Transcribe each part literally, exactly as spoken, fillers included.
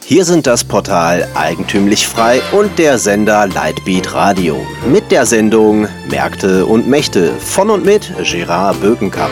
Hier sind das Portal Eigentümlich Frei und der Sender Lightbeat Radio mit der Sendung Märkte und Mächte von und mit Gerard Bökenkamp.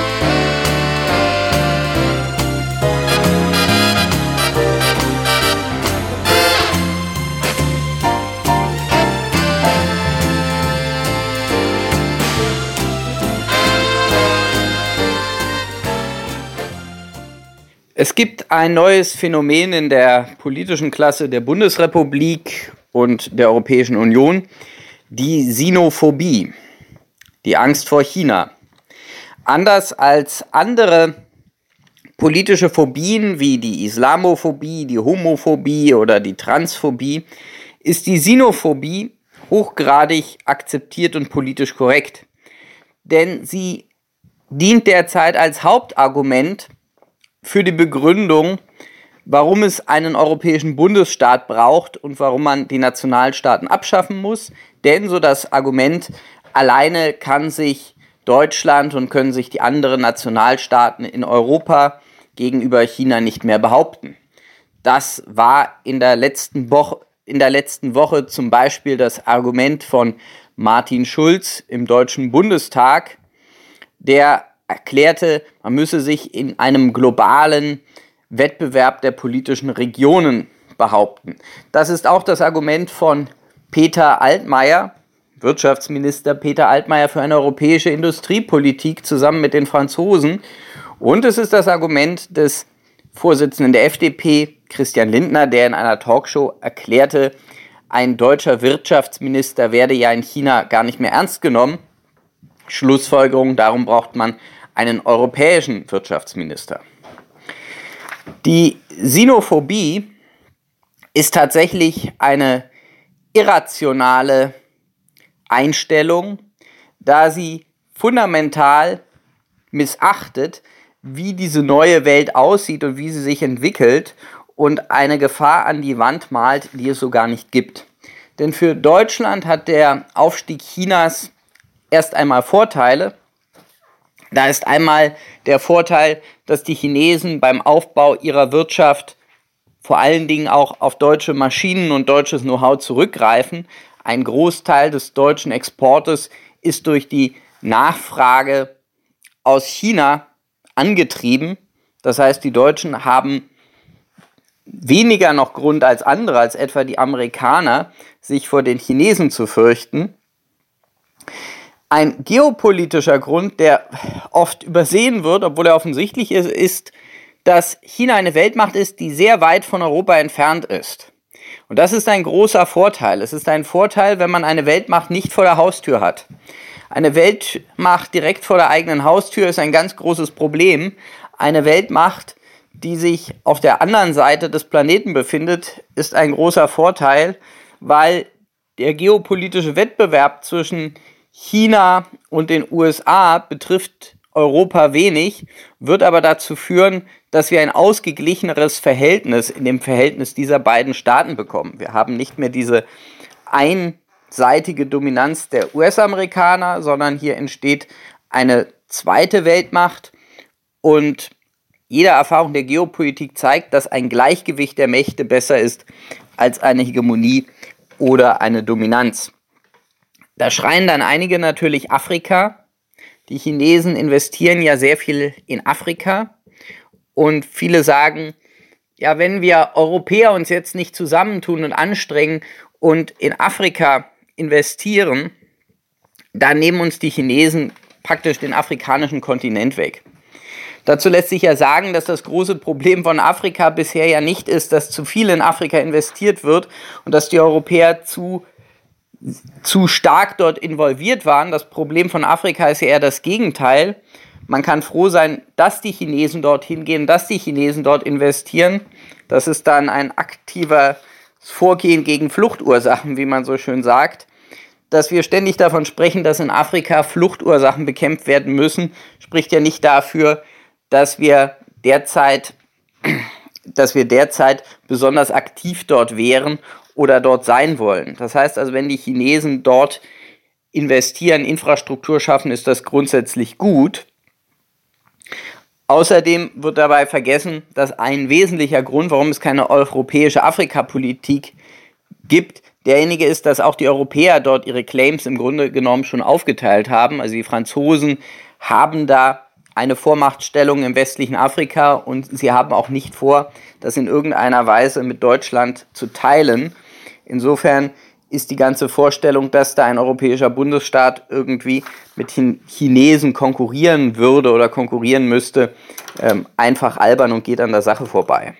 Es gibt ein neues Phänomen in der politischen Klasse der Bundesrepublik und der Europäischen Union, die Sinophobie, die Angst vor China. Anders als andere politische Phobien wie die Islamophobie, die Homophobie oder die Transphobie, ist die Sinophobie hochgradig akzeptiert und politisch korrekt. Denn sie dient derzeit als Hauptargument für die Begründung, warum es einen europäischen Bundesstaat braucht und warum man die Nationalstaaten abschaffen muss. Denn so das Argument, alleine kann sich Deutschland und können sich die anderen Nationalstaaten in Europa gegenüber China nicht mehr behaupten. Das war in der letzten Woche, in der letzten Woche zum Beispiel das Argument von Martin Schulz im Deutschen Bundestag, der erklärte, man müsse sich in einem globalen Wettbewerb der politischen Regionen behaupten. Das ist auch das Argument von Peter Altmaier, Wirtschaftsminister Peter Altmaier für eine europäische Industriepolitik zusammen mit den Franzosen. Und es ist das Argument des Vorsitzenden der F D P, Christian Lindner, der in einer Talkshow erklärte, ein deutscher Wirtschaftsminister werde ja in China gar nicht mehr ernst genommen. Schlussfolgerung, darum braucht man einen europäischen Wirtschaftsminister. Die Sinophobie ist tatsächlich eine irrationale Einstellung, da sie fundamental missachtet, wie diese neue Welt aussieht und wie sie sich entwickelt und eine Gefahr an die Wand malt, die es so gar nicht gibt. Denn für Deutschland hat der Aufstieg Chinas erst einmal Vorteile. Da ist einmal der Vorteil, dass die Chinesen beim Aufbau ihrer Wirtschaft vor allen Dingen auch auf deutsche Maschinen und deutsches Know-how zurückgreifen. Ein Großteil des deutschen Exportes ist durch die Nachfrage aus China angetrieben. Das heißt, die Deutschen haben weniger noch Grund als andere, als etwa die Amerikaner, sich vor den Chinesen zu fürchten. Ein geopolitischer Grund, der oft übersehen wird, obwohl er offensichtlich ist, ist, dass China eine Weltmacht ist, die sehr weit von Europa entfernt ist. Und das ist ein großer Vorteil. Es ist ein Vorteil, wenn man eine Weltmacht nicht vor der Haustür hat. Eine Weltmacht direkt vor der eigenen Haustür ist ein ganz großes Problem. Eine Weltmacht, die sich auf der anderen Seite des Planeten befindet, ist ein großer Vorteil, weil der geopolitische Wettbewerb zwischen China und den U S A betrifft Europa wenig, wird aber dazu führen, dass wir ein ausgeglicheneres Verhältnis in dem Verhältnis dieser beiden Staaten bekommen. Wir haben nicht mehr diese einseitige Dominanz der U S-Amerikaner, sondern hier entsteht eine zweite Weltmacht und jede Erfahrung der Geopolitik zeigt, dass ein Gleichgewicht der Mächte besser ist als eine Hegemonie oder eine Dominanz. Da schreien dann einige natürlich Afrika. Die Chinesen investieren ja sehr viel in Afrika. Und viele sagen, ja, wenn wir Europäer uns jetzt nicht zusammentun und anstrengen und in Afrika investieren, dann nehmen uns die Chinesen praktisch den afrikanischen Kontinent weg. Dazu lässt sich ja sagen, dass das große Problem von Afrika bisher ja nicht ist, dass zu viel in Afrika investiert wird und dass die Europäer zu zu stark dort involviert waren. Das Problem von Afrika ist ja eher das Gegenteil. Man kann froh sein, dass die Chinesen dorthin gehen, dass die Chinesen dort investieren. Das ist dann ein aktives Vorgehen gegen Fluchtursachen, wie man so schön sagt. Dass wir ständig davon sprechen, dass in Afrika Fluchtursachen bekämpft werden müssen, spricht ja nicht dafür, dass wir derzeit, dass wir derzeit besonders aktiv dort wären oder dort sein wollen. Das heißt also, wenn die Chinesen dort investieren, Infrastruktur schaffen, ist das grundsätzlich gut. Außerdem wird dabei vergessen, dass ein wesentlicher Grund, warum es keine europäische Afrikapolitik gibt, derjenige ist, dass auch die Europäer dort ihre Claims im Grunde genommen schon aufgeteilt haben. Also die Franzosen haben da eine Vormachtstellung im westlichen Afrika und sie haben auch nicht vor, das in irgendeiner Weise mit Deutschland zu teilen. Insofern ist die ganze Vorstellung, dass da ein europäischer Bundesstaat irgendwie mit Chinesen konkurrieren würde oder konkurrieren müsste, ähm, einfach albern und geht an der Sache vorbei.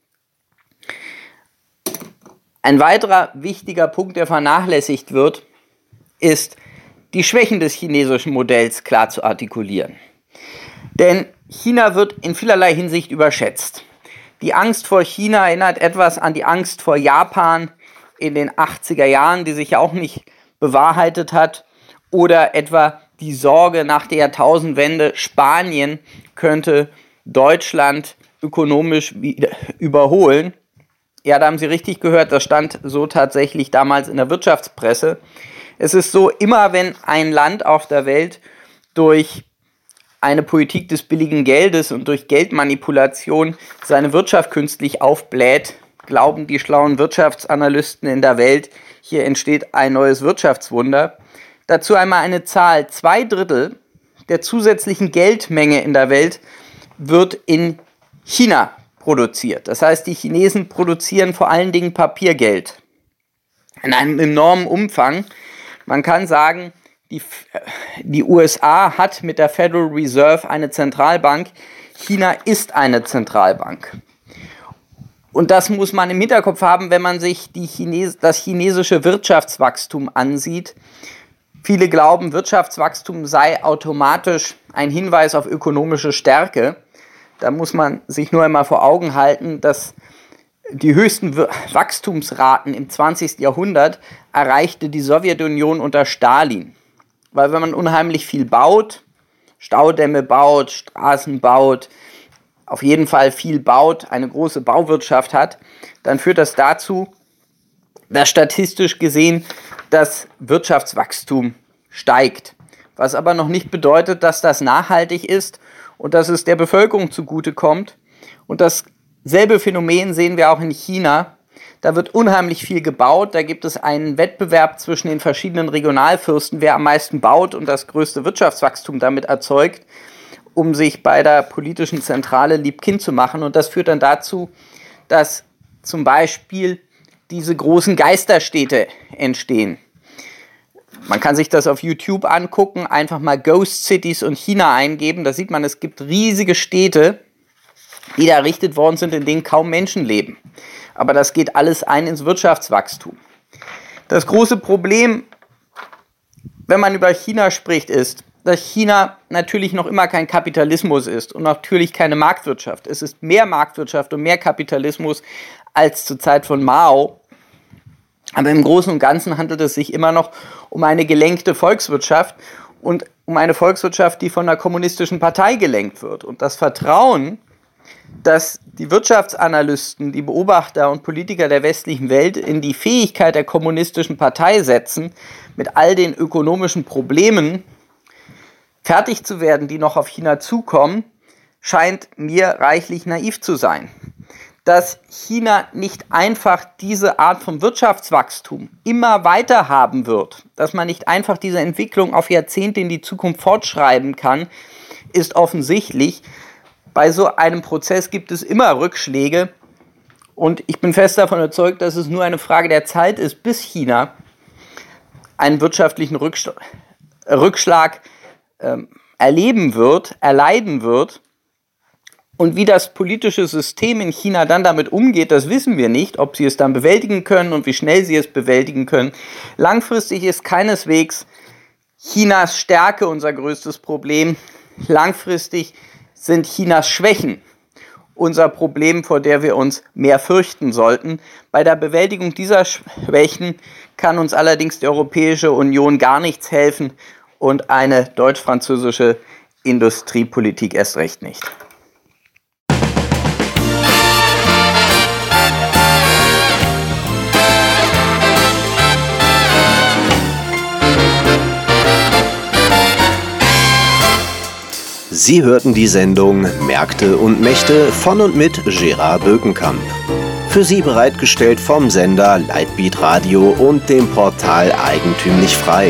Ein weiterer wichtiger Punkt, der vernachlässigt wird, ist, die Schwächen des chinesischen Modells klar zu artikulieren. Denn China wird in vielerlei Hinsicht überschätzt. Die Angst vor China erinnert etwas an die Angst vor Japan in den achtziger Jahren, die sich ja auch nicht bewahrheitet hat, oder etwa die Sorge nach der Jahrtausendwende, Spanien könnte Deutschland ökonomisch überholen. Ja, da haben Sie richtig gehört, das stand so tatsächlich damals in der Wirtschaftspresse. Es ist so, immer wenn ein Land auf der Welt durch eine Politik des billigen Geldes und durch Geldmanipulation seine Wirtschaft künstlich aufbläht, glauben die schlauen Wirtschaftsanalysten in der Welt, hier entsteht ein neues Wirtschaftswunder. Dazu einmal eine Zahl. Zwei Drittel der zusätzlichen Geldmenge in der Welt wird in China produziert. Das heißt, die Chinesen produzieren vor allen Dingen Papiergeld in einem enormen Umfang. Man kann sagen, die, die U S A hat mit der Federal Reserve eine Zentralbank. China ist eine Zentralbank. Und das muss man im Hinterkopf haben, wenn man sich die Chines- das chinesische Wirtschaftswachstum ansieht. Viele glauben, Wirtschaftswachstum sei automatisch ein Hinweis auf ökonomische Stärke. Da muss man sich nur einmal vor Augen halten, dass die höchsten Wachstumsraten im zwanzigsten Jahrhundert erreichte die Sowjetunion unter Stalin. Weil wenn man unheimlich viel baut, Staudämme baut, Straßen baut, auf jeden Fall viel baut, eine große Bauwirtschaft hat, dann führt das dazu, dass statistisch gesehen das Wirtschaftswachstum steigt. Was aber noch nicht bedeutet, dass das nachhaltig ist und dass es der Bevölkerung zugutekommt. Und dasselbe Phänomen sehen wir auch in China. Da wird unheimlich viel gebaut, da gibt es einen Wettbewerb zwischen den verschiedenen Regionalfürsten, wer am meisten baut und das größte Wirtschaftswachstum damit erzeugt, um sich bei der politischen Zentrale liebkind zu machen. Und das führt dann dazu, dass zum Beispiel diese großen Geisterstädte entstehen. Man kann sich das auf YouTube angucken, einfach mal Ghost Cities und China eingeben. Da sieht man, es gibt riesige Städte, die da errichtet worden sind, in denen kaum Menschen leben. Aber das geht alles ein ins Wirtschaftswachstum. Das große Problem, wenn man über China spricht, ist, dass China natürlich noch immer kein Kapitalismus ist und natürlich keine Marktwirtschaft. Es ist mehr Marktwirtschaft und mehr Kapitalismus als zur Zeit von Mao. Aber im Großen und Ganzen handelt es sich immer noch um eine gelenkte Volkswirtschaft und um eine Volkswirtschaft, die von der kommunistischen Partei gelenkt wird. Und das Vertrauen, dass die Wirtschaftsanalysten, die Beobachter und Politiker der westlichen Welt in die Fähigkeit der kommunistischen Partei setzen, mit all den ökonomischen Problemen fertig zu werden, die noch auf China zukommen, scheint mir reichlich naiv zu sein. Dass China nicht einfach diese Art von Wirtschaftswachstum immer weiter haben wird, dass man nicht einfach diese Entwicklung auf Jahrzehnte in die Zukunft fortschreiben kann, ist offensichtlich. Bei so einem Prozess gibt es immer Rückschläge und ich bin fest davon überzeugt, dass es nur eine Frage der Zeit ist, bis China einen wirtschaftlichen Rückschlag, Rückschlag ähm, erleben wird, erleiden wird. Und wie das politische System in China dann damit umgeht, das wissen wir nicht, ob sie es dann bewältigen können und wie schnell sie es bewältigen können. Langfristig ist keineswegs Chinas Stärke unser größtes Problem. Langfristig sind Chinas Schwächen unser Problem, vor der wir uns mehr fürchten sollten. Bei der Bewältigung dieser Schwächen kann uns allerdings die Europäische Union gar nichts helfen und eine deutsch-französische Industriepolitik erst recht nicht. Sie hörten die Sendung Märkte und Mächte von und mit Gerard Bökenkamp. Für Sie bereitgestellt vom Sender Lightbeat Radio und dem Portal Eigentümlich Frei.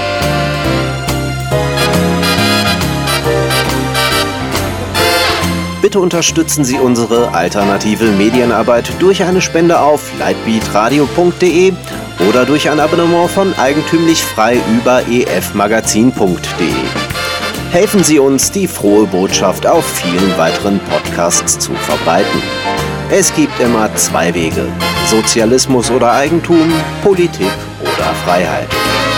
Bitte unterstützen Sie unsere alternative Medienarbeit durch eine Spende auf lightbeatradio punkt de oder durch ein Abonnement von Eigentümlich Frei über e f magazin punkt de. Helfen Sie uns, die frohe Botschaft auf vielen weiteren Podcasts zu verbreiten. Es gibt immer zwei Wege: Sozialismus oder Eigentum, Politik oder Freiheit.